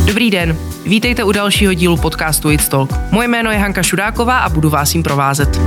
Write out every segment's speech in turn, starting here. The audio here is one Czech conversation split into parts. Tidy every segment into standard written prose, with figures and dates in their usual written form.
Dobrý den, vítejte u dalšího dílu podcastu It's Talk. Moje jméno je Hanka Šudáková a budu vás jim provázet.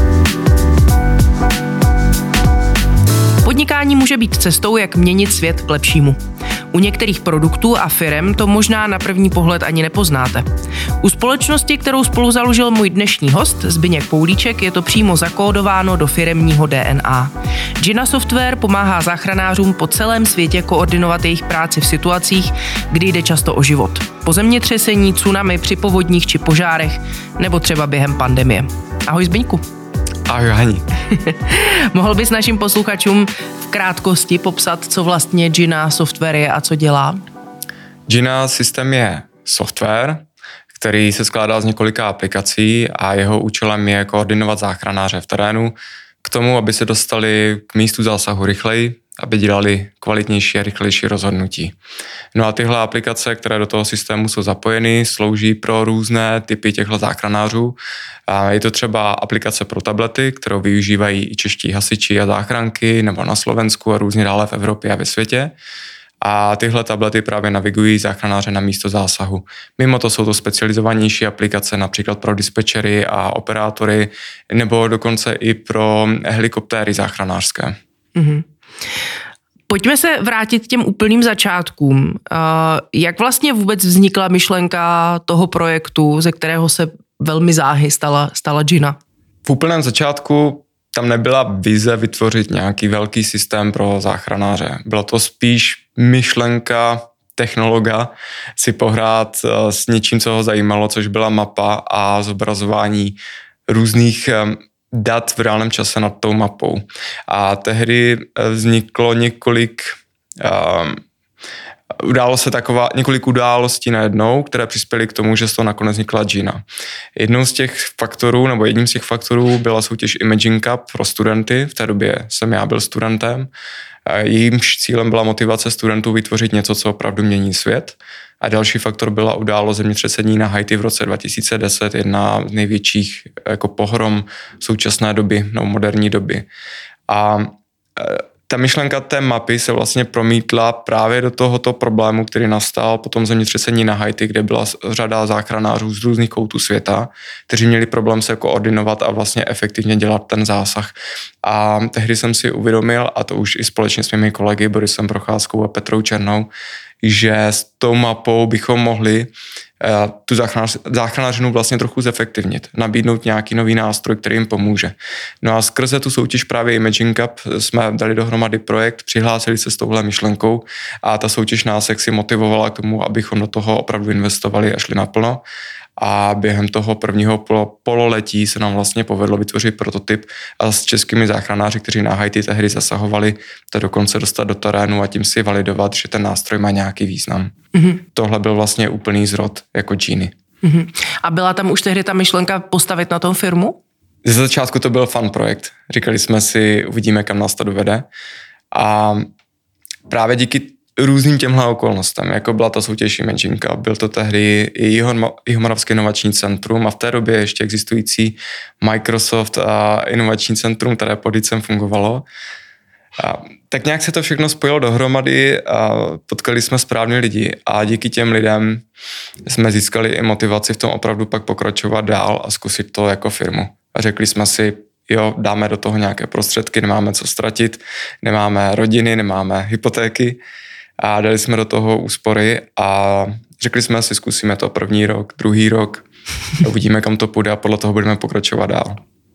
Podnikání může být cestou, jak měnit svět k lepšímu. U některých produktů a firem to možná na první pohled ani nepoznáte. U společnosti, kterou spolu založil můj dnešní host, Zbyněk Poulíček, je to přímo zakódováno do firemního DNA. Gina Software pomáhá záchranářům po celém světě koordinovat jejich práci v situacích, kdy jde často o život. Po zemětřesení, tsunami, při povodních či požárech, nebo třeba během pandemie. Ahoj Zbyňku. Ahoj Hani. Mohl bys našim posluchačům v krátkosti popsat, co vlastně Gina Software je a co dělá? Gina systém je software, který se skládá z několika aplikací a jeho účelem je koordinovat záchranáře v terénu k tomu, aby se dostali k místu zásahu rychleji, aby dělali kvalitnější a rychlejší rozhodnutí. No a tyhle aplikace, které do toho systému jsou zapojeny, slouží pro různé typy těchto záchranářů. A je to třeba aplikace pro tablety, kterou využívají i čeští hasiči a záchranky, nebo na Slovensku a různě dále v Evropě a ve světě. A tyhle tablety právě navigují záchranáře na místo zásahu. Mimo to jsou to specializovanější aplikace, například pro dispečery a operátory, nebo dokonce i pro helikoptéry záchranářské. Mm-hmm. Pojďme se vrátit k těm úplným začátkům. Jak vlastně vůbec vznikla myšlenka toho projektu, ze kterého se velmi záhy stala Gina? V úplném začátku tam nebyla vize vytvořit nějaký velký systém pro záchranáře. Byla to spíš myšlenka technologa si pohrát s něčím, co ho zajímalo, což byla mapa a zobrazování různých dat v reálném čase nad tou mapou. A tehdy vzniklo několik událostí najednou, které přispěly k tomu, že z toho nakonec vznikla Gina. Jedním z těch faktorů byla soutěž Imaging Cup pro studenty. V té době jsem já byl studentem. Jejímž cílem byla motivace studentů vytvořit něco, co opravdu mění svět. A další faktor byla událost zemětřesení na Haiti v roce 2010, jedna z největších jako pohrom současné doby, no moderní doby. A ta myšlenka té mapy se vlastně promítla právě do tohoto problému, který nastal po tom zemětřesení na Haiti, kde byla řada záchranářů z různých koutů světa, kteří měli problém se koordinovat a vlastně efektivně dělat ten zásah. A tehdy jsem si uvědomil, a to už i společně s mými kolegy Borisem Procházkou a Petrou Černou, že s tou mapou bychom mohli tu záchranářinu vlastně trochu zefektivnit, nabídnout nějaký nový nástroj, který jim pomůže. No a skrze tu soutěž právě Imaging Cup jsme dali dohromady projekt, přihlásili se s touhle myšlenkou a ta soutěž nás jaksi motivovala k tomu, abychom do toho opravdu investovali a šli naplno. A během toho prvního pololetí se nám vlastně povedlo vytvořit prototyp a s českými záchranáři, kteří na Haiti tehdy zasahovali, to dokonce dostat do terénu a tím si validovat, že ten nástroj má nějaký význam. Mm-hmm. Tohle byl vlastně úplný zrod jako Giny. Mm-hmm. A byla tam už tehdy ta myšlenka postavit na tom firmu? Ze začátku to byl fun projekt. Říkali jsme si, uvidíme, kam nás to dovede. A právě díky různým těmhle okolnostem, jako byla ta soutěž Imaging Cup, byl to tehdy i Jihomoravské inovační centrum a v té době ještě existující Microsoft a inovační centrum, které pod ICEM fungovalo. A tak nějak se to všechno spojilo dohromady a potkali jsme správný lidi a díky těm lidem jsme získali i motivaci v tom opravdu pak pokračovat dál a zkusit to jako firmu. A řekli jsme si, jo, dáme do toho nějaké prostředky, nemáme co ztratit, nemáme rodiny, nemáme hypotéky, a dali jsme do toho úspory a řekli jsme si, zkusíme to první rok, druhý rok, uvidíme, kam to půjde a podle toho budeme pokračovat dál.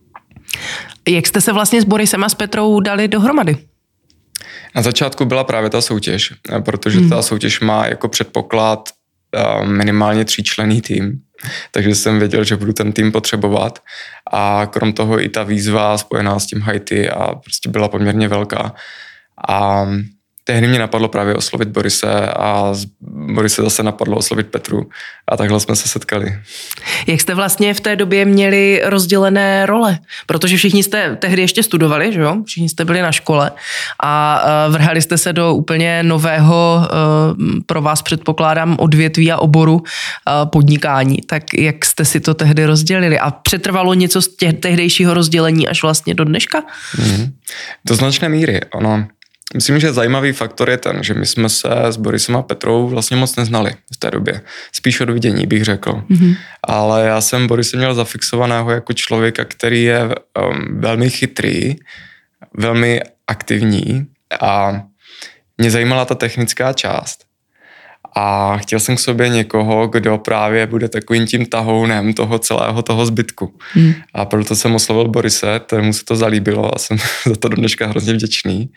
Jak jste se vlastně s Borisem a s Petrou dali dohromady? Na začátku byla právě ta soutěž, protože ta soutěž má jako předpoklad minimálně 3členný tým, takže jsem věděl, že budu ten tým potřebovat a krom toho i ta výzva spojená s tím Haiti a prostě byla poměrně velká. A tehdy mě napadlo právě oslovit Borise a Borise zase napadlo oslovit Petru a takhle jsme se setkali. Jak jste vlastně v té době měli rozdělené role? Protože všichni jste tehdy ještě studovali, že jo? Všichni jste byli na škole a vrhali jste se do úplně nového, pro vás předpokládám, odvětví a oboru podnikání. Tak jak jste si to tehdy rozdělili? A přetrvalo něco z tehdejšího rozdělení až vlastně do dneška? Do značné míry. Ono Myslím, že zajímavý faktor je ten, že my jsme se s Borisem a Petrou vlastně moc neznali v té době. Spíš od vidění, bych řekl. Mm-hmm. Ale já jsem Borise měl zafixovaného jako člověka, který je velmi chytrý, velmi aktivní a mě zajímala ta technická část. A chtěl jsem k sobě někoho, kdo právě bude takovým tím tahounem toho celého toho zbytku. A proto jsem oslovil Borise, kterému se to zalíbilo a jsem za to do dneška hrozně vděčný.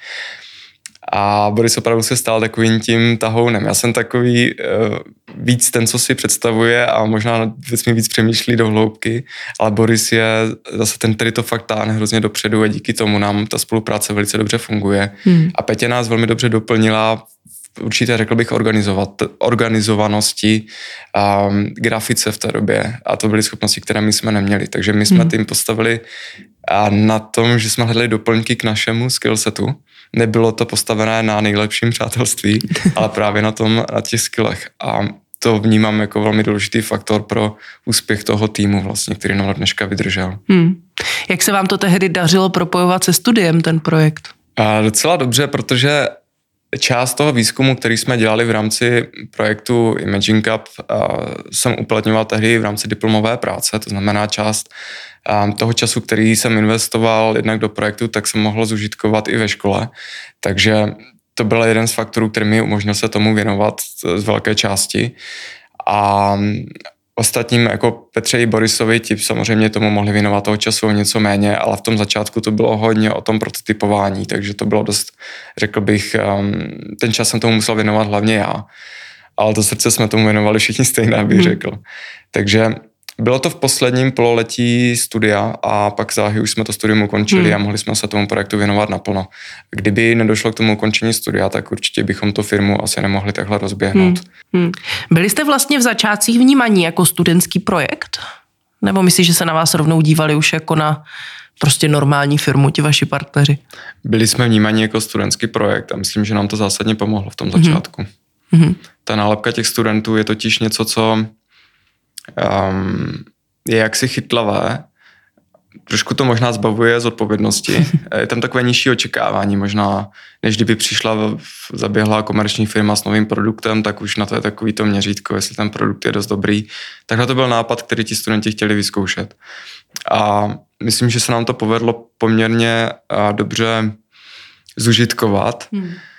A Boris opravdu se stal takovým tím tahounem. Já jsem takový víc ten, co si představuje a možná mi víc přemýšlí do hloubky, ale Boris je zase ten, který to fakt táhne hrozně dopředu a díky tomu nám ta spolupráce velice dobře funguje. A Petě nás velmi dobře doplnila určitě, řekl bych, organizovanosti a grafice v té době. A to byly schopnosti, které my jsme neměli. Takže my jsme tím postavili a na tom, že jsme hledali doplňky k našemu skillsetu. Nebylo to postavené na nejlepším přátelství, ale právě na těch skillech. A to vnímám jako velmi důležitý faktor pro úspěch toho týmu vlastně, který nám dneška vydržel. Jak se vám to tehdy dařilo propojovat se studiem, ten projekt? Docela dobře, protože část toho výzkumu, který jsme dělali v rámci projektu Imaging Cup, jsem uplatňoval tehdy v rámci diplomové práce, to znamená část toho času, který jsem investoval jednak do projektu, tak jsem mohl zužitkovat i ve škole. Takže to byl jeden z faktorů, který mi umožnil se tomu věnovat z velké části. A ostatním, jako Petře i Borisovi, ti samozřejmě tomu mohli věnovat toho času o něco méně, ale v tom začátku to bylo hodně o tom prototypování, takže to bylo dost, řekl bych, ten čas jsem tomu musel věnovat hlavně já, ale to srdce jsme tomu věnovali všichni stejně, bych řekl. Takže bylo to v posledním pololetí studia a pak záhy už jsme to studium ukončili a mohli jsme se tomu projektu věnovat naplno. Kdyby nedošlo k tomu ukončení studia, tak určitě bychom tu firmu asi nemohli takhle rozběhnout. Byli jste vlastně v začátcích vnímaní jako studentský projekt? Nebo myslíš, že se na vás rovnou dívali už jako na prostě normální firmu, ti vaši partneři? Byli jsme vnímaní jako studentský projekt a myslím, že nám to zásadně pomohlo v tom začátku. Ta nálepka těch studentů je totiž něco, co je jaksi chytlavé, trošku to možná zbavuje z odpovědnosti. Je tam takové nižší očekávání možná, než kdyby zaběhla komerční firma s novým produktem, tak už na to je takový to měřítko, jestli ten produkt je dost dobrý. Takhle to byl nápad, který ti studenti chtěli vyzkoušet. A myslím, že se nám to povedlo poměrně dobře zužitkovat.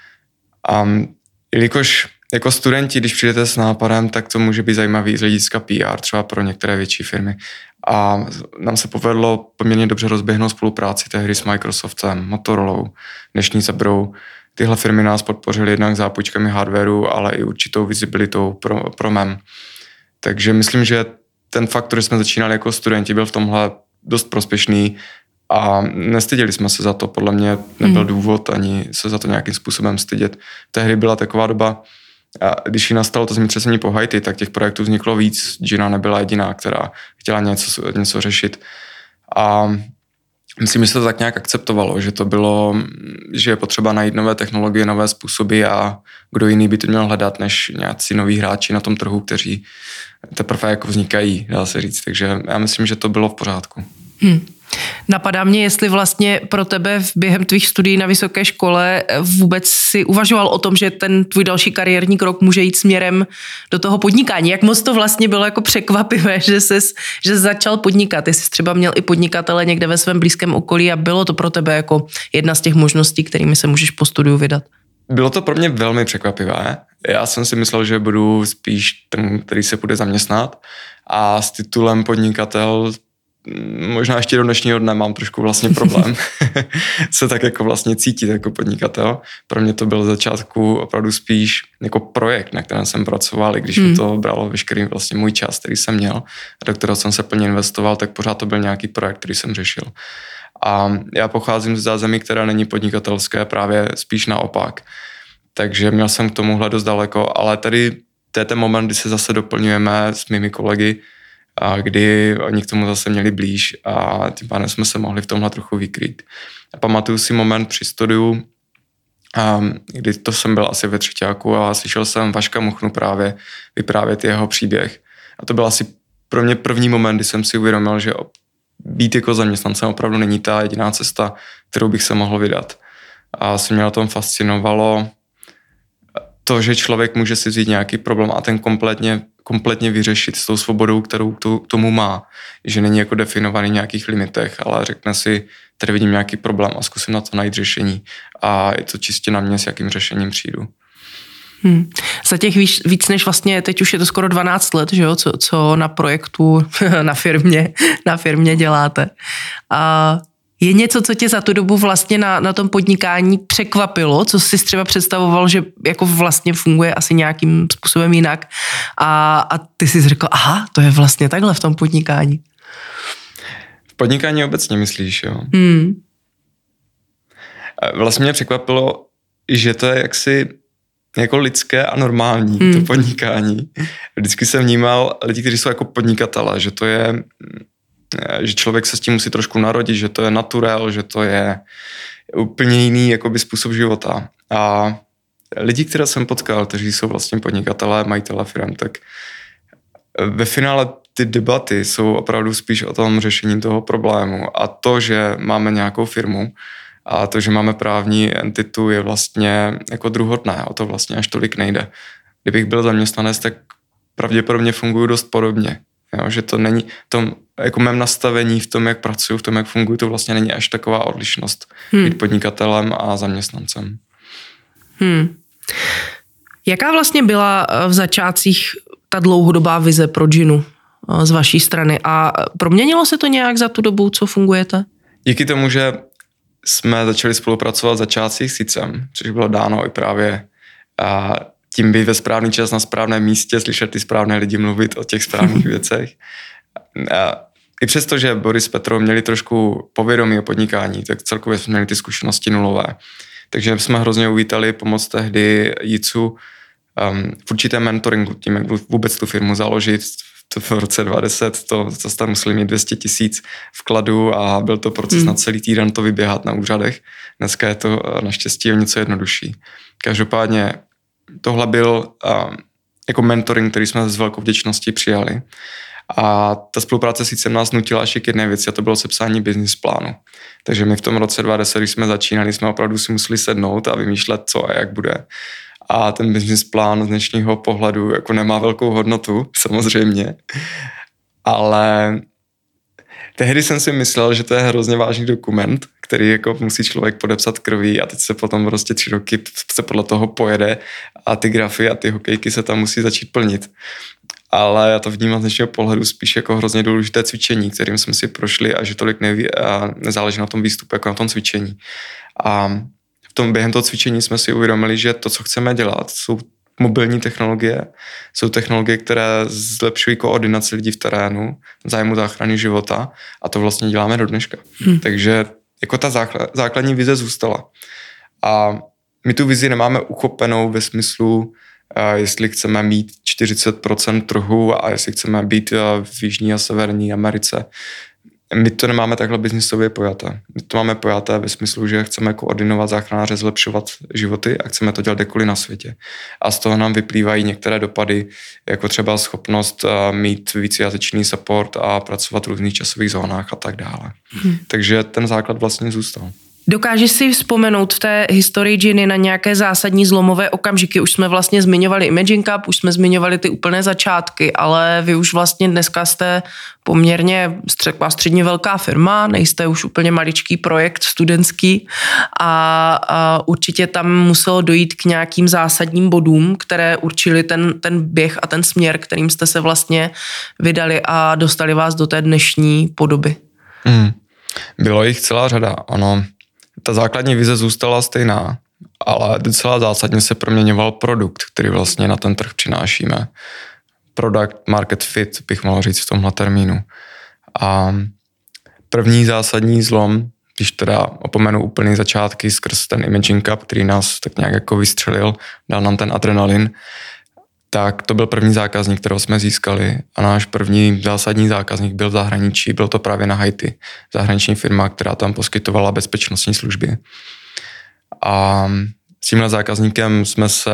Jelikož jako studenti, když přijdete s nápadem, tak to může být zajímavý z hlediska PR, třeba pro některé větší firmy. A nám se povedlo poměrně dobře rozběhnout spolupráci tehdy s Microsoftem, Motorolou, dnešní Zebrou. Tyhle firmy nás podpořily jednak zápůjčkami hardwareu, ale i určitou vizibilitou pro MEM. Takže myslím, že ten faktor, že jsme začínali jako studenti, byl v tomhle dost prospěšný a nestyděli jsme se za to. Podle mě nebyl důvod ani se za to nějakým způsobem stydět. Tehdy byla taková doba, a když jí nastalo to zemětřesení po Haiti, tak těch projektů vzniklo víc. Gina nebyla jediná, která chtěla něco řešit. A myslím, že se to tak nějak akceptovalo, že to bylo, že je potřeba najít nové technologie, nové způsoby a kdo jiný by to měl hledat, než nějací noví hráči na tom trhu, kteří teprve jako vznikají, dá se říct. Takže já myslím, že to bylo v pořádku. Napadá mě, jestli vlastně pro tebe během tvých studií na vysoké škole vůbec si uvažoval o tom, že ten tvůj další kariérní krok může jít směrem do toho podnikání. Jak moc to vlastně bylo jako překvapivé, že jsi začal podnikat. Jestli třeba měl i podnikatele někde ve svém blízkém okolí a bylo to pro tebe jako jedna z těch možností, kterými se můžeš po studiu vydat. Bylo to pro mě velmi překvapivé. Já jsem si myslel, že budu spíš ten, který se bude zaměstnat a s titulem podnikatel možná ještě do dnešního dne mám trošku vlastně problém se tak jako vlastně cítit jako podnikatel. Pro mě to byl začátku opravdu spíš jako projekt, na kterém jsem pracoval, i když mi to bralo veškerý vlastně můj čas, který jsem měl a do kterého jsem se plně investoval, tak pořád to byl nějaký projekt, který jsem řešil. A já pocházím z zázemí, která není podnikatelské, právě spíš naopak. Takže měl jsem k tomuhle dost daleko, ale tady to je ten moment, kdy se zase doplňujeme s mými kolegy, a kdy oni k tomu zase měli blíž a tím pádem jsme se mohli v tomhle trochu vykrýt. A pamatuju si moment při studiu, kdy to jsem byl asi ve třetíku a slyšel jsem Vaška Muchnu právě vyprávět jeho příběh. A to byl asi pro mě první moment, kdy jsem si uvědomil, že být jako zaměstnancem opravdu není ta jediná cesta, kterou bych se mohl vydat. a asi mě na tom fascinovalo to, že člověk může si vzít nějaký problém a ten kompletně vyřešit s tou svobodou, kterou k tomu má. Že není jako definovaný v nějakých limitech, ale řekne si, tady vidím nějaký problém a zkusím na to najít řešení. A je to čistě na mě, s jakým řešením přijdu. Za těch víc než vlastně, teď už je to skoro 12 let, že jo, co na projektu, na firmě děláte. A je něco, co tě za tu dobu vlastně na tom podnikání překvapilo, co jsi třeba představoval, že jako vlastně funguje asi nějakým způsobem jinak a ty jsi řekl, aha, to je vlastně takhle v tom podnikání. V podnikání obecně myslíš, jo? Vlastně mě překvapilo, že to je jaksi jako lidské a normální, to podnikání. Vždycky jsem vnímal lidi, kteří jsou jako podnikatelé, že to je, že člověk se s tím musí trošku narodit, že to je naturel, že to je úplně jiný jakoby způsob života. A lidi, které jsem potkal, kteří jsou vlastně podnikatelé, majitelé firm, tak ve finále ty debaty jsou opravdu spíš o tom řešení toho problému. A to, že máme nějakou firmu a to, že máme právní entitu, je vlastně jako druhotné. O to vlastně až tolik nejde. Kdybych byl zaměstnanec, tak pravděpodobně funguju dost podobně. Jo, že to není tom, jako mém nastavení v tom, jak pracuji, v tom, jak funguji, to vlastně není až taková odlišnost být podnikatelem a zaměstnancem. Jaká vlastně byla v začátcích ta dlouhodobá vize pro Ginu z vaší strany a proměnilo se to nějak za tu dobu, co fungujete? Díky tomu, že jsme začali spolupracovat v začátcích s SICem, což bylo dáno i právě tím být ve správný čas na správném místě, slyšet ty správné lidi mluvit o těch správných věcech. I přesto, že Boris s Petrou měli trošku povědomí o podnikání, tak celkově jsme měli ty zkušenosti nulové. Takže jsme hrozně uvítali pomoc tehdy Jicu v určitém mentoringu, tím, jak vůbec tu firmu založit. V roce 2010 to tam museli mít 200 000 vkladů a byl to proces na celý týden to vyběhat na úřadech. Dneska je to naštěstí o něco jednodušší. Každopádně tohle byl jako mentoring, který jsme s velkou vděčností přijali. A ta spolupráce sice nás nutila ještě k jedné věci a to bylo sepsání business plánu. Takže my v tom roce 2010, když jsme začínali, jsme opravdu si museli sednout a vymýšlet, co a jak bude. A ten business plán z dnešního pohledu jako nemá velkou hodnotu, samozřejmě. Ale tehdy jsem si myslel, že to je hrozně vážný dokument, který jako musí člověk podepsat krví a teď se potom prostě 3 roky se podle toho pojede a ty grafy a ty hokejky se tam musí začít plnit. Ale já to vnímám z dnešního pohledu spíš jako hrozně důležité cvičení, kterým jsme si prošli a že tolik nezáleží na tom výstupu, jako na tom cvičení. A během toho cvičení jsme si uvědomili, že to, co chceme dělat, jsou mobilní technologie, jsou technologie, které zlepšují koordinaci lidí v terénu, v zájmu záchrany života a to vlastně děláme do dneška. Takže jako ta základní vize zůstala. A my tu vizi nemáme uchopenou ve smyslu, jestli chceme mít 40% trhu a jestli chceme být v Jižní a Severní Americe. My to nemáme takhle biznisově pojaté. My to máme pojaté ve smyslu, že chceme koordinovat záchranáře, zlepšovat životy a chceme to dělat kdekoliv na světě. A z toho nám vyplývají některé dopady, jako třeba schopnost mít vícejazyčný support a pracovat v různých časových zónách a tak dále. Takže ten základ vlastně zůstal. Dokážeš si vzpomenout v té historii Giny na nějaké zásadní zlomové okamžiky? Už jsme vlastně zmiňovali Imagine Cup, už jsme zmiňovali ty úplné začátky, ale vy už vlastně dneska jste poměrně středně velká firma, nejste už úplně maličký projekt studentský a určitě tam muselo dojít k nějakým zásadním bodům, které určili ten běh a ten směr, kterým jste se vlastně vydali a dostali vás do té dnešní podoby. Bylo jich celá řada, ano. Ta základní vize zůstala stejná, ale docela zásadně se proměňoval produkt, který vlastně na ten trh přinášíme. Product market fit, bych mohl říct v tomhle termínu. A první zásadní zlom, když teda opomenu úplný začátky skrz ten Imagine Cup, který nás tak nějak jako vystřelil, dal nám ten adrenalin, tak to byl první zákazník, kterého jsme získali a náš první zásadní zákazník byl v zahraničí, byl to právě na Haiti, zahraniční firma, která tam poskytovala bezpečnostní služby. A s tímhle zákazníkem jsme se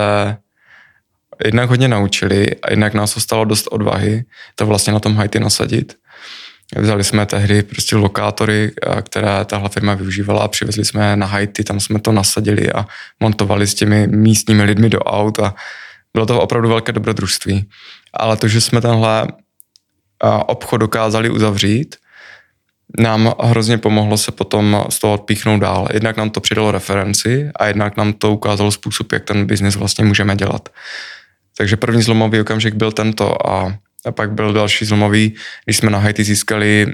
jednak hodně naučili a jednak nás ostalo dost odvahy to vlastně na tom Haiti nasadit. Vzali jsme tehdy prostě lokátory, které tahle firma využívala a přivezli jsme je na Haiti, tam jsme to nasadili a montovali s těmi místními lidmi do aut a bylo to opravdu velké dobrodružství. Ale to, že jsme tenhle obchod dokázali uzavřít, nám hrozně pomohlo se potom z toho odpíchnout dál. Jednak nám to přidalo referenci a jednak nám to ukázalo způsob, jak ten biznis vlastně můžeme dělat. Takže první zlomový okamžik byl tento a pak byl další zlomový, když jsme na Haiti získali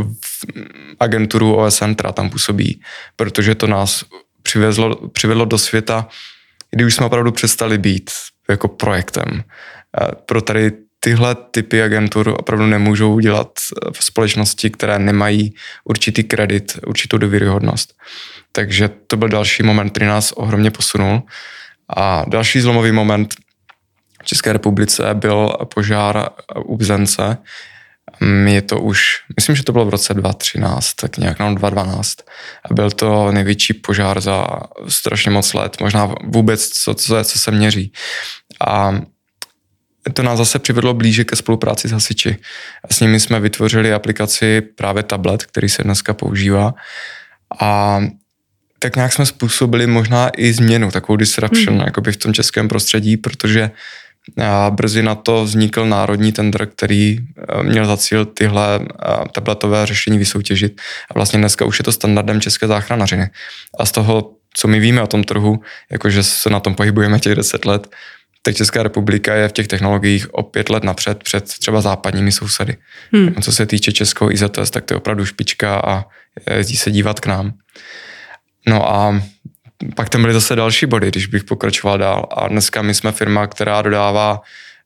agenturu OSN, která tam působí, protože to nás přivedlo do světa, kdy už jsme opravdu přestali být jako projektem. Pro tady tyhle typy agentur opravdu nemůžou dělat v společnosti, které nemají určitý kredit, určitou důvěryhodnost. Takže to byl další moment, který nás ohromně posunul. A další zlomový moment v České republice byl požár u Bzence. Je to už, myslím, že to bylo v roce 2013, tak nějak 2012. A byl to největší požár za strašně moc let, možná vůbec, co se měří. A to nás zase přivedlo blíže ke spolupráci s hasiči. A s nimi jsme vytvořili aplikaci právě tablet, který se dneska používá. A tak nějak jsme způsobili možná i změnu, takovou disruption jakoby v tom českém prostředí, protože brzy na to vznikl národní tender, který měl za cíl tyhle tabletové řešení vysoutěžit. A vlastně dneska už je to standardem české záchranařiny. A z toho, co my víme o tom trhu, jakože se na tom pohybujeme těch 10 let, tak Česká republika je v těch technologiích o 5 let napřed před třeba západními sousedy. Co se týče českého IZTS, tak to je opravdu špička a jezdí se dívat k nám. No a pak tam byly zase další body, když bych pokračoval dál. A dneska my jsme firma, která dodává,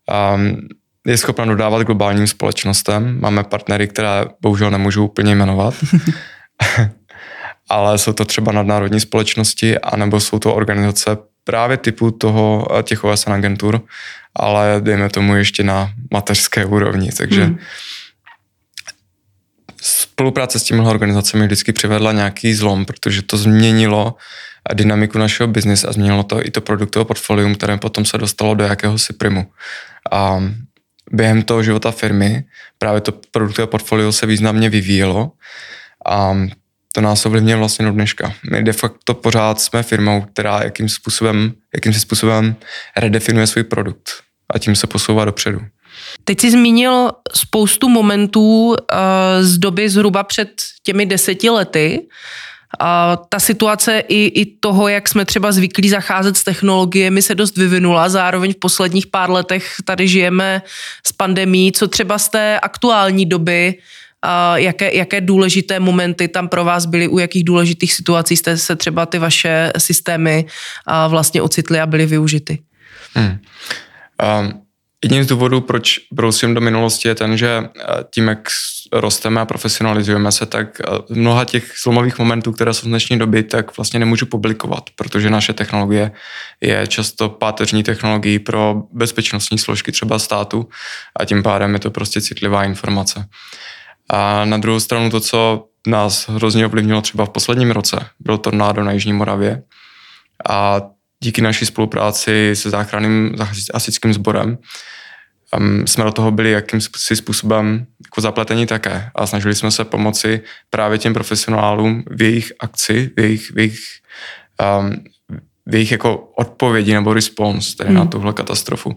je schopna dodávat globálním společnostem. Máme partnery, které bohužel nemůžu úplně jmenovat, ale jsou to třeba nadnárodní společnosti, anebo jsou to organizace právě typu těch OSN agentur, ale dejme tomu ještě na mateřské úrovni. Takže spolupráce s těmihle organizacemi vždycky přivedla nějaký zlom, protože to změnilo dynamiku našeho biznesu a změnilo to i to produktové portfolium, které potom se dostalo do jakéhosi primu. A během toho života firmy právě to produktové portfolio se významně vyvíjelo a to nás ovlivňuje vlastně do dneška. My de facto pořád jsme firmou, která jakýmsi způsobem redefinuje svůj produkt a tím se posouvá dopředu. Teď jsi zmínil spoustu momentů z doby zhruba před těmi 10 lety. Ta situace i toho, jak jsme třeba zvyklí zacházet s technologiemi, se dost vyvinula. Zároveň v posledních pár letech tady žijeme s pandemií. Co třeba z té aktuální doby, jaké důležité momenty tam pro vás byly, u jakých důležitých situací jste se třeba ty vaše systémy vlastně ocitly a byly využity? Jedním z důvodů, proč brousím do minulosti, je ten, že tím, jak rosteme a profesionalizujeme se, tak mnoha těch zlomových momentů, které jsou v dnešní doby, tak vlastně nemůžu publikovat, protože naše technologie je často páteřní technologií pro bezpečnostní složky třeba státu a tím pádem je to prostě citlivá informace. A na druhou stranu to, co nás hrozně ovlivnilo třeba v posledním roce, byl tornádo na Jižní Moravě a díky naší spolupráci se záchranným hasičským sborem jsme do toho byli jakýmsi způsobem jako zapletení také a snažili jsme se pomoci právě těm profesionálům v jejich akci, v jejich jako odpovědi nebo response tedy na tuhle katastrofu.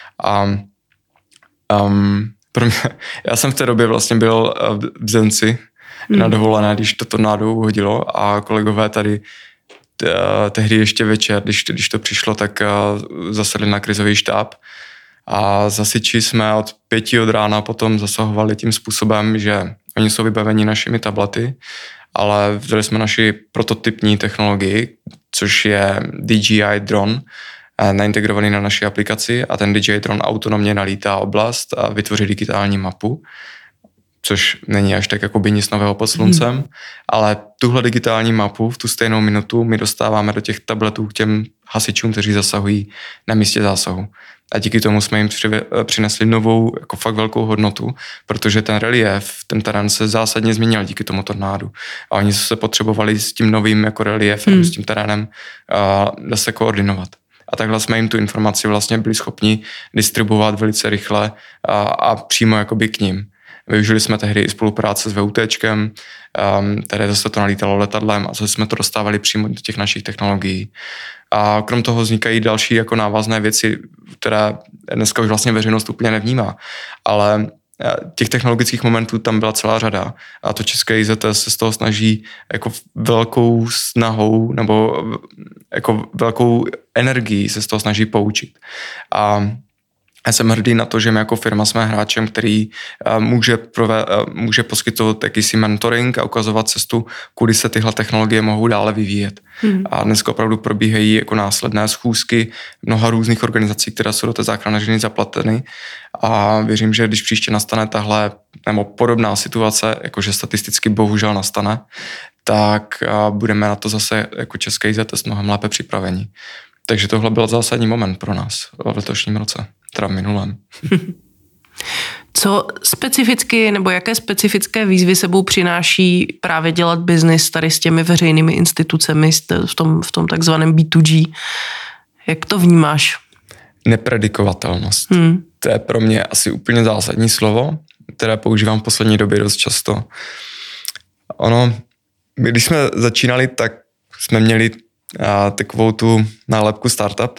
Já jsem v té době vlastně byl v Bzenci na dovolené, když to tornádo uhodilo a kolegové tady tehdy ještě večer, když to přišlo, tak zasedli na krizový štáb a hasiči jsme od 5 od rána potom zasahovali tím způsobem, že oni jsou vybaveni našimi tablety, ale vzali jsme naši prototypní technologii, což je DJI dron, naintegrovaný na naší aplikaci a ten DJI dron autonomně nalítá oblast a vytvoří digitální mapu, což není až tak jako by nic nového pod sluncem, ale tuhle digitální mapu v tu stejnou minutu my dostáváme do těch tabletů k těm hasičům, kteří zasahují na místě zásahu. A díky tomu jsme jim přinesli novou, jako fakt velkou hodnotu, protože ten relief, ten terén se zásadně změnil díky tomu tornádu. A oni se potřebovali s tím novým jako reliefem, s tím terénem se koordinovat. A takhle jsme jim tu informaci vlastně byli schopni distribuovat velice rychle a přímo jakoby k ním. Využili jsme tehdy i spolupráce s VUTčkem, tady zase to nalítalo letadlem a zase jsme to dostávali přímo do těch našich technologií. A krom toho vznikají další jako návazné věci, které dneska už vlastně veřejnost úplně nevnímá. Ale těch technologických momentů tam byla celá řada a to české IZT se z toho snaží jako velkou snahou nebo jako velkou energií se z toho snaží poučit. A já jsem hrdý na to, že my jako firma jsme hráčem, který může poskytovat jakýsi mentoring a ukazovat cestu, kudy se tyhle technologie mohou dále vyvíjet. A dneska opravdu probíhají jako následné schůzky mnoha různých organizací, které jsou do té záchrannařiny zapleteny a věřím, že když příště nastane tahle nebo podobná situace, jakože statisticky bohužel nastane, tak budeme na to zase jako české IZT mnohem lépe připraveni. Takže tohle byl zásadní moment pro nás v letošním roce. Teda minulém. Co specificky, nebo jaké specifické výzvy sebou přináší právě dělat biznis tady s těmi veřejnými institucemi v tom takzvaném B2G? Jak to vnímáš? Nepredikovatelnost. To je pro mě asi úplně zásadní slovo, které používám v poslední době dost často. Když jsme začínali, tak jsme měli takovou tu nálepku startup.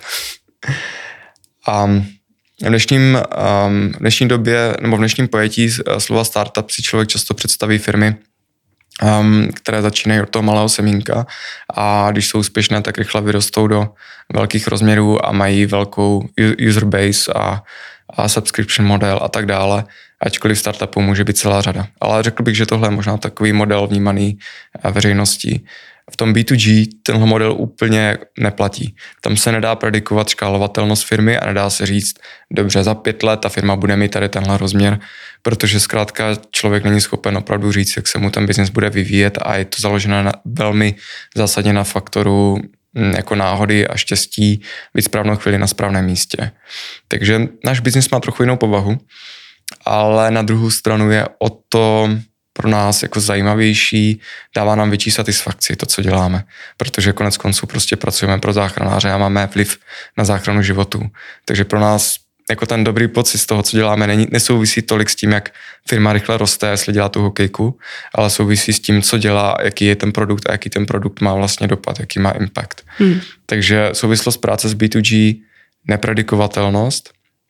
A v dnešní době, nebo v dnešním pojetí slova startup si člověk často představí firmy, které začínají od toho malého semínka a když jsou úspěšné, tak rychle vyrostou do velkých rozměrů a mají velkou user base a subscription model a tak dále, ačkoliv startupů může být celá řada. Ale řekl bych, že tohle je možná takový model vnímaný veřejností. V tom B2G tenhle model úplně neplatí. Tam se nedá predikovat škálovatelnost firmy a nedá se říct, dobře, za 5 let ta firma bude mít tady tenhle rozměr, protože zkrátka člověk není schopen opravdu říct, jak se mu ten biznis bude vyvíjet a je to založené velmi zásadně na faktoru jako náhody a štěstí být správnou chvíli na správném místě. Takže náš biznis má trochu jinou povahu, ale na druhou stranu je o to pro nás jako zajímavější, dává nám větší satisfakci to, co děláme, protože konec konců prostě pracujeme pro záchranáře a máme vliv na záchranu životů. Takže pro nás jako ten dobrý pocit z toho, co děláme, nesouvisí tolik s tím, jak firma rychle roste, jestli dělá tu hokejku, ale souvisí s tím, co dělá, jaký je ten produkt a jaký ten produkt má vlastně dopad, jaký má impact. Takže souvislost práce s B2G, nepredikovatelnost,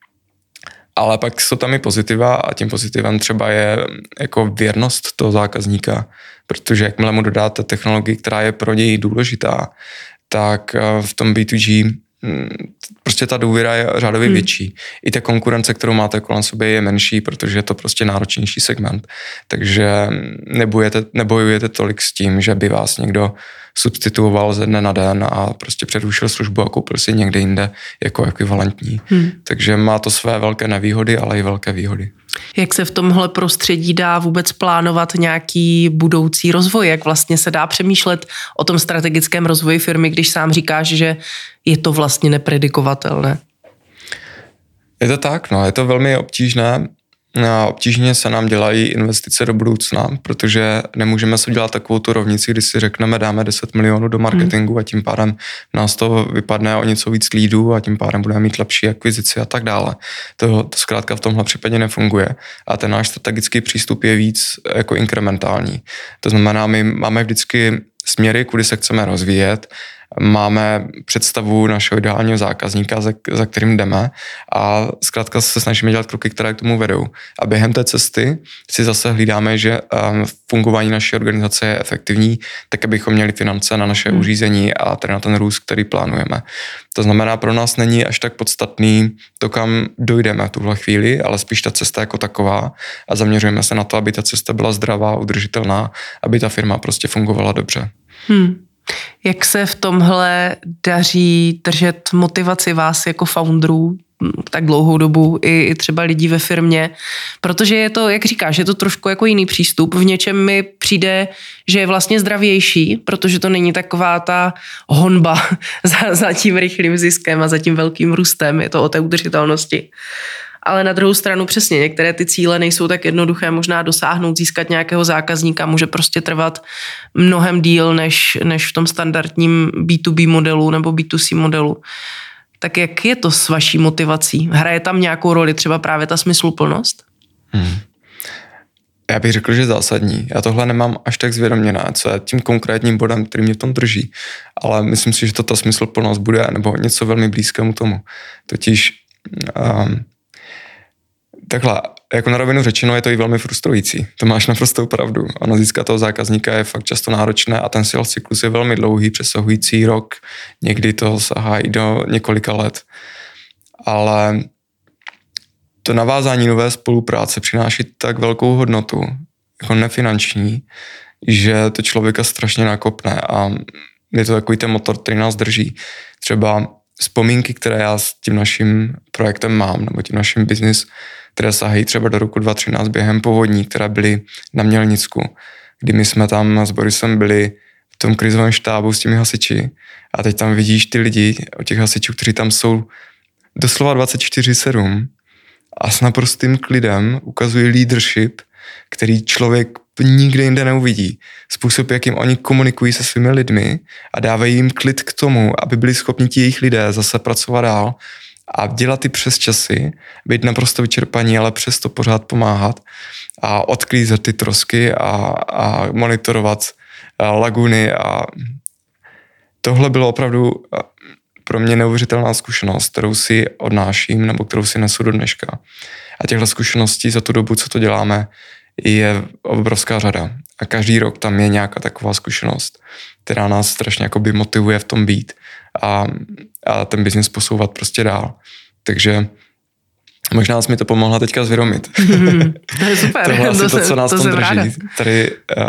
ale pak jsou tam i pozitiva a tím pozitivem třeba je jako věrnost toho zákazníka, protože jakmile mu dodáte technologii, která je pro něj důležitá, tak v tom B2G prostě ta důvěra je řádově větší. I ta konkurence, kterou máte kolem sebe, je menší, protože je to prostě náročnější segment. Takže nebojujete tolik s tím, že by vás někdo substituoval ze dne na den a prostě předušil službu a koupil si někde jinde jako ekvivalentní. Takže má to své velké nevýhody, ale i velké výhody. Jak se v tomhle prostředí dá vůbec plánovat nějaký budoucí rozvoj? Jak vlastně se dá přemýšlet o tom strategickém rozvoji firmy, když sám říkáš, že je to vlastně nepredikovatelné? Je to tak, je to velmi obtížné. Obtížně se nám dělají investice do budoucna, protože nemůžeme si dělat takovou tu rovnici, kdy si řekneme, dáme 10 milionů do marketingu a tím pádem nás to vypadne o něco víc lídů a tím pádem budeme mít lepší akvizici a tak dále. To zkrátka v tomhle případě nefunguje a ten náš strategický přístup je víc jako inkrementální. To znamená, my máme vždycky směry, kudy se chceme rozvíjet, máme představu našeho ideálního zákazníka, za kterým jdeme a zkrátka se snažíme dělat kroky, které k tomu vedou. A během té cesty si zase hlídáme, že fungování naší organizace je efektivní, tak abychom měli finance na naše uřízení a tedy na ten růst, který plánujeme. To znamená, pro nás není až tak podstatný to, kam dojdeme v tuhle chvíli, ale spíš ta cesta jako taková a zaměřujeme se na to, aby ta cesta byla zdravá, udržitelná, aby ta firma prostě fungovala dobře. Jak se v tomhle daří držet motivaci vás jako founderů tak dlouhou dobu i třeba lidí ve firmě? Protože je to, jak říkáš, je to trošku jako jiný přístup. V něčem mi přijde, že je vlastně zdravější, protože to není taková ta honba za tím rychlým ziskem a za tím velkým růstem. Je to o té udržitelnosti. Ale na druhou stranu přesně, některé ty cíle nejsou tak jednoduché, možná dosáhnout, získat nějakého zákazníka může prostě trvat mnohem díl než v tom standardním B2B modelu nebo B2C modelu. Tak jak je to s vaší motivací? Hraje tam nějakou roli třeba právě ta smysluplnost? Já bych řekl, že zásadní. Já tohle nemám až tak zvědoměné, co je tím konkrétním bodem, který mě v tom drží. Ale myslím si, že to ta smysluplnost bude, nebo něco velmi blízkému tomu. Totiž takhle, jako na rovinu řečeno, je to i velmi frustrující. To máš naprostou pravdu. Ono získat toho zákazníka je fakt často náročné a ten sales cyklus je velmi dlouhý, přesahující rok, někdy to sahá i do několika let. Ale to navázání nové spolupráce přináší tak velkou hodnotu, jako nefinanční, že to člověka strašně nakopne a je to takový ten motor, který nás drží. Třeba vzpomínky, které já s tím naším projektem mám, nebo tím naším business, které sahají třeba do roku 2013 během povodní, které byly na Mělnicku, kdy my jsme tam s Borisem byli v tom krizovém štábu s těmi hasiči a teď tam vidíš ty lidi, od těch hasičů, kteří tam jsou doslova 24/7 a s naprostým klidem ukazují leadership, který člověk nikde jinde neuvidí. Způsob, jakým oni komunikují se svými lidmi a dávají jim klid k tomu, aby byli schopni ti jejich lidé zase pracovat dál a dělat ty přesčasy, být naprosto vyčerpaní, ale přesto pořád pomáhat a odklízet ty trosky a monitorovat laguny a tohle bylo opravdu pro mě neuvěřitelná zkušenost, kterou si odnáším nebo kterou si nesu do dneška. A těchto zkušeností za tu dobu, co to děláme, je obrovská řada. A každý rok tam je nějaká taková zkušenost, která nás strašně jakoby motivuje v tom být a ten biznis posouvat prostě dál. Takže možná jsi mi to pomohla teďka zvědomit. To je super. Tohle asi to, co nás tam drží. Tady,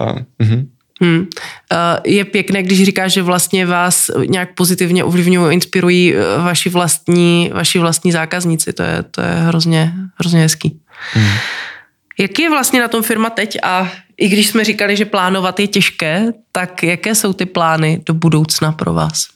Je pěkné, když říkáš, že vlastně vás nějak pozitivně ovlivňují, inspirují vaši vlastní zákazníci. To je hrozně hezký. Jak je vlastně na tom firma teď a i když jsme říkali, že plánovat je těžké, tak jaké jsou ty plány do budoucna pro vás?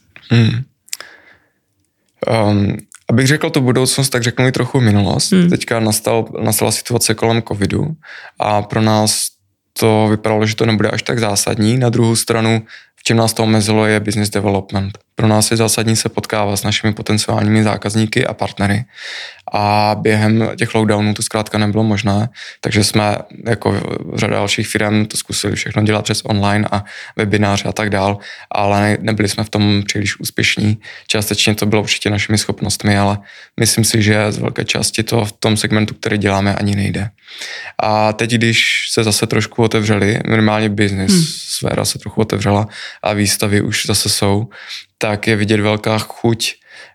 Abych řekl tu budoucnost, tak řeknu i trochu minulost. Teďka nastala situace kolem covidu a pro nás to vypadalo, že to nebude až tak zásadní. Na druhou stranu, v čem nás to omezilo, je business development. Pro nás je zásadní se potkávat s našimi potenciálními zákazníky a partnery. A během těch lockdownů to zkrátka nebylo možné, takže jsme jako řada dalších firm to zkusili všechno dělat přes online a webináře a tak dál, ale nebyli jsme v tom příliš úspěšní. Částečně to bylo určitě našimi schopnostmi, ale myslím si, že z velké části to v tom segmentu, který děláme, ani nejde. A teď, když se zase trošku otevřeli, minimálně business sféra se trochu otevřela a výstavy už zase jsou, tak je vidět velká chuť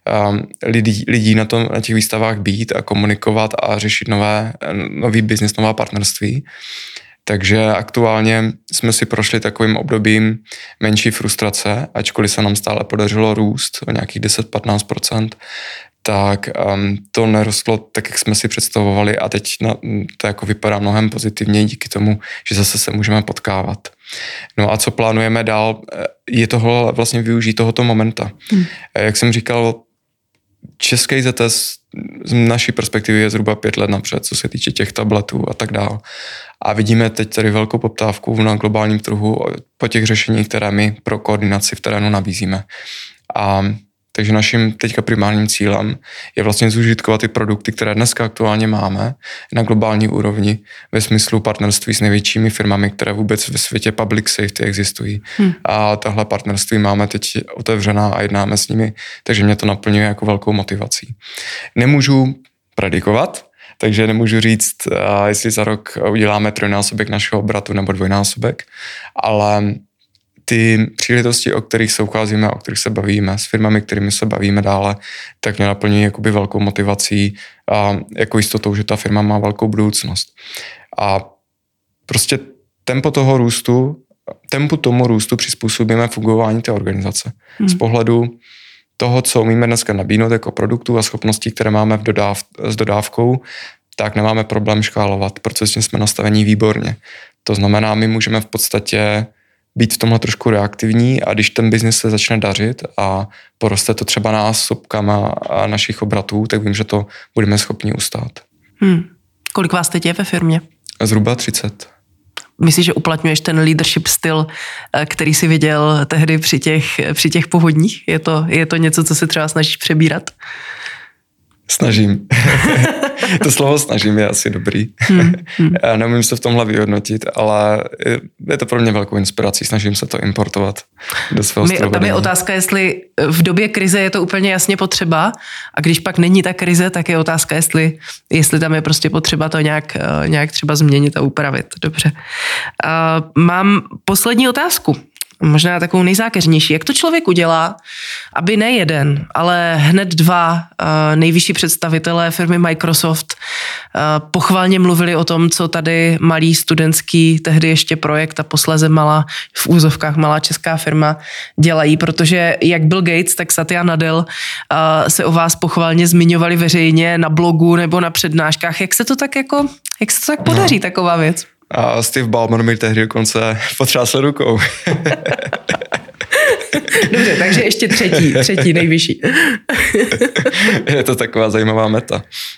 lidí na těch výstavách být a komunikovat a řešit nový biznis, nová partnerství. Takže aktuálně jsme si prošli takovým obdobím menší frustrace, ačkoliv se nám stále podařilo růst o nějakých 10-15%, tak to nerostlo tak, jak jsme si představovali a teď to jako vypadá mnohem pozitivněji díky tomu, že zase se můžeme potkávat. No a co plánujeme dál, je tohle vlastně využít tohoto momenta. Jak jsem říkal, český ZS z naší perspektivy je zhruba 5 let napřed, co se týče těch tabletů a tak dál. A vidíme teď tady velkou poptávku na globálním trhu po těch řešeních, které my pro koordinaci v terénu nabízíme. Takže naším teďka primárním cílem je vlastně zužitkovat ty produkty, které dneska aktuálně máme na globální úrovni ve smyslu partnerství s největšími firmami, které vůbec ve světě public safety existují. A tahle partnerství máme teď otevřená a jednáme s nimi, takže mě to naplňuje jako velkou motivací. Nemůžu predikovat, takže nemůžu říct, jestli za rok uděláme 3násobek našeho obratu nebo 2násobek, ale ty příležitosti, o kterých se ucházíme, o kterých se bavíme, s firmami, kterými se bavíme dále, tak mě naplní jakoby velkou motivací a jako jistotou, že ta firma má velkou budoucnost. A prostě tempu tomu růstu přizpůsobíme fungování té organizace. Z pohledu toho, co umíme dneska nabídnout jako produktů a schopností, které máme s dodávkou, tak nemáme problém škálovat. Procesně jsme nastavení výborně. To znamená, my můžeme v podstatě být v tomhle trošku reaktivní a když ten biznis se začne dařit a poroste to třeba násobkama a našich obratů, tak vím, že to budeme schopni ustát. Kolik vás teď je ve firmě? Zhruba 30. Myslíš, že uplatňuješ ten leadership styl, který jsi viděl tehdy při těch povodních? Je to něco, co se třeba snažíš přebírat? Snažím. To slovo snažím je asi dobrý. Já neumím se v tomhle vyhodnotit, ale je to pro mě velkou inspirací. Snažím se to importovat do svého stylu. Tam je otázka, jestli v době krize je to úplně jasně potřeba a když pak není ta krize, tak je otázka, jestli tam je prostě potřeba to nějak třeba změnit a upravit. Dobře. Mám poslední otázku. Možná takovou nejzákeřnější. Jak to člověk udělá, aby ne jeden, ale hned dva nejvyšší představitelé firmy Microsoft pochvalně mluvili o tom, co tady malý studentský, tehdy ještě projekt a posléze v úzovkách malá česká firma dělají, protože jak Bill Gates, tak Satya Nadella se o vás pochvalně zmiňovali veřejně na blogu nebo na přednáškách. Jak se to tak podaří, taková věc? A Steve Ballmer mi tehdy dokonce potřásl rukou. Dobře, takže ještě třetí nejvyšší. Je to taková zajímavá meta.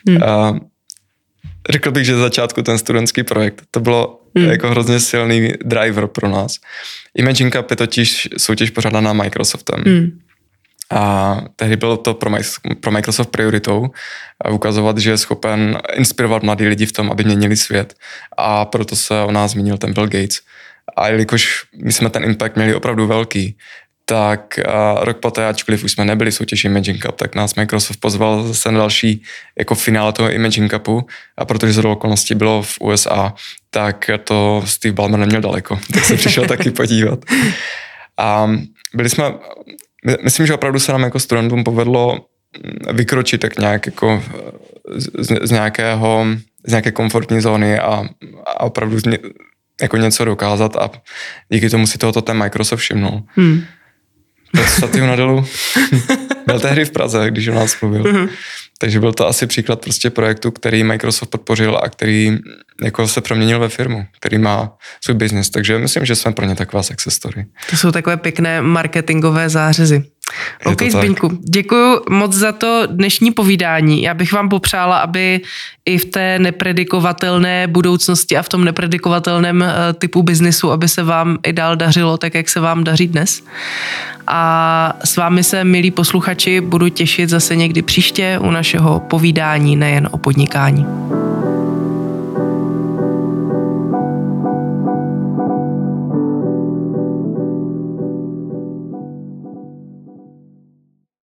Řekl bych, že za začátku ten studentský projekt, to bylo jako hrozně silný driver pro nás. Imagine Cup je totiž soutěž pořádaná Microsoftem. A tehdy bylo to pro Microsoft prioritou ukazovat, že je schopen inspirovat mladí lidi v tom, aby měnili svět. A proto se o nás zmínil ten Bill Gates. A jelikož my jsme ten impact měli opravdu velký, tak rok poté, ačkoliv už jsme nebyli v soutěži Imagine Cup, tak nás Microsoft pozval zase na další jako finále toho Imagine Cupu. A protože z okolností bylo v USA, tak to Steve Ballmer neměl daleko. Tak se přišel taky podívat. A myslím, že opravdu se nám jako studentům povedlo vykročit tak nějak jako z nějaké komfortní zóny a opravdu jako něco dokázat a díky tomu si tohoto ten Microsoft všimnul. Satya Nadella byl tehdy v Praze, když o nás mluvil. Takže byl to asi příklad prostě projektu, který Microsoft podpořil a který jako se proměnil ve firmu, který má svůj biznis. Takže myslím, že jsme pro ně taková success story. To jsou takové pěkné marketingové zářezy. OK, Zbyňku, děkuju moc za to dnešní povídání. Já bych vám popřála, aby i v té nepredikovatelné budoucnosti a v tom nepredikovatelném typu biznisu, aby se vám i dál dařilo tak, jak se vám daří dnes. A s vámi se, milí posluchači, budu těšit zase někdy příště u našeho povídání nejen o podnikání.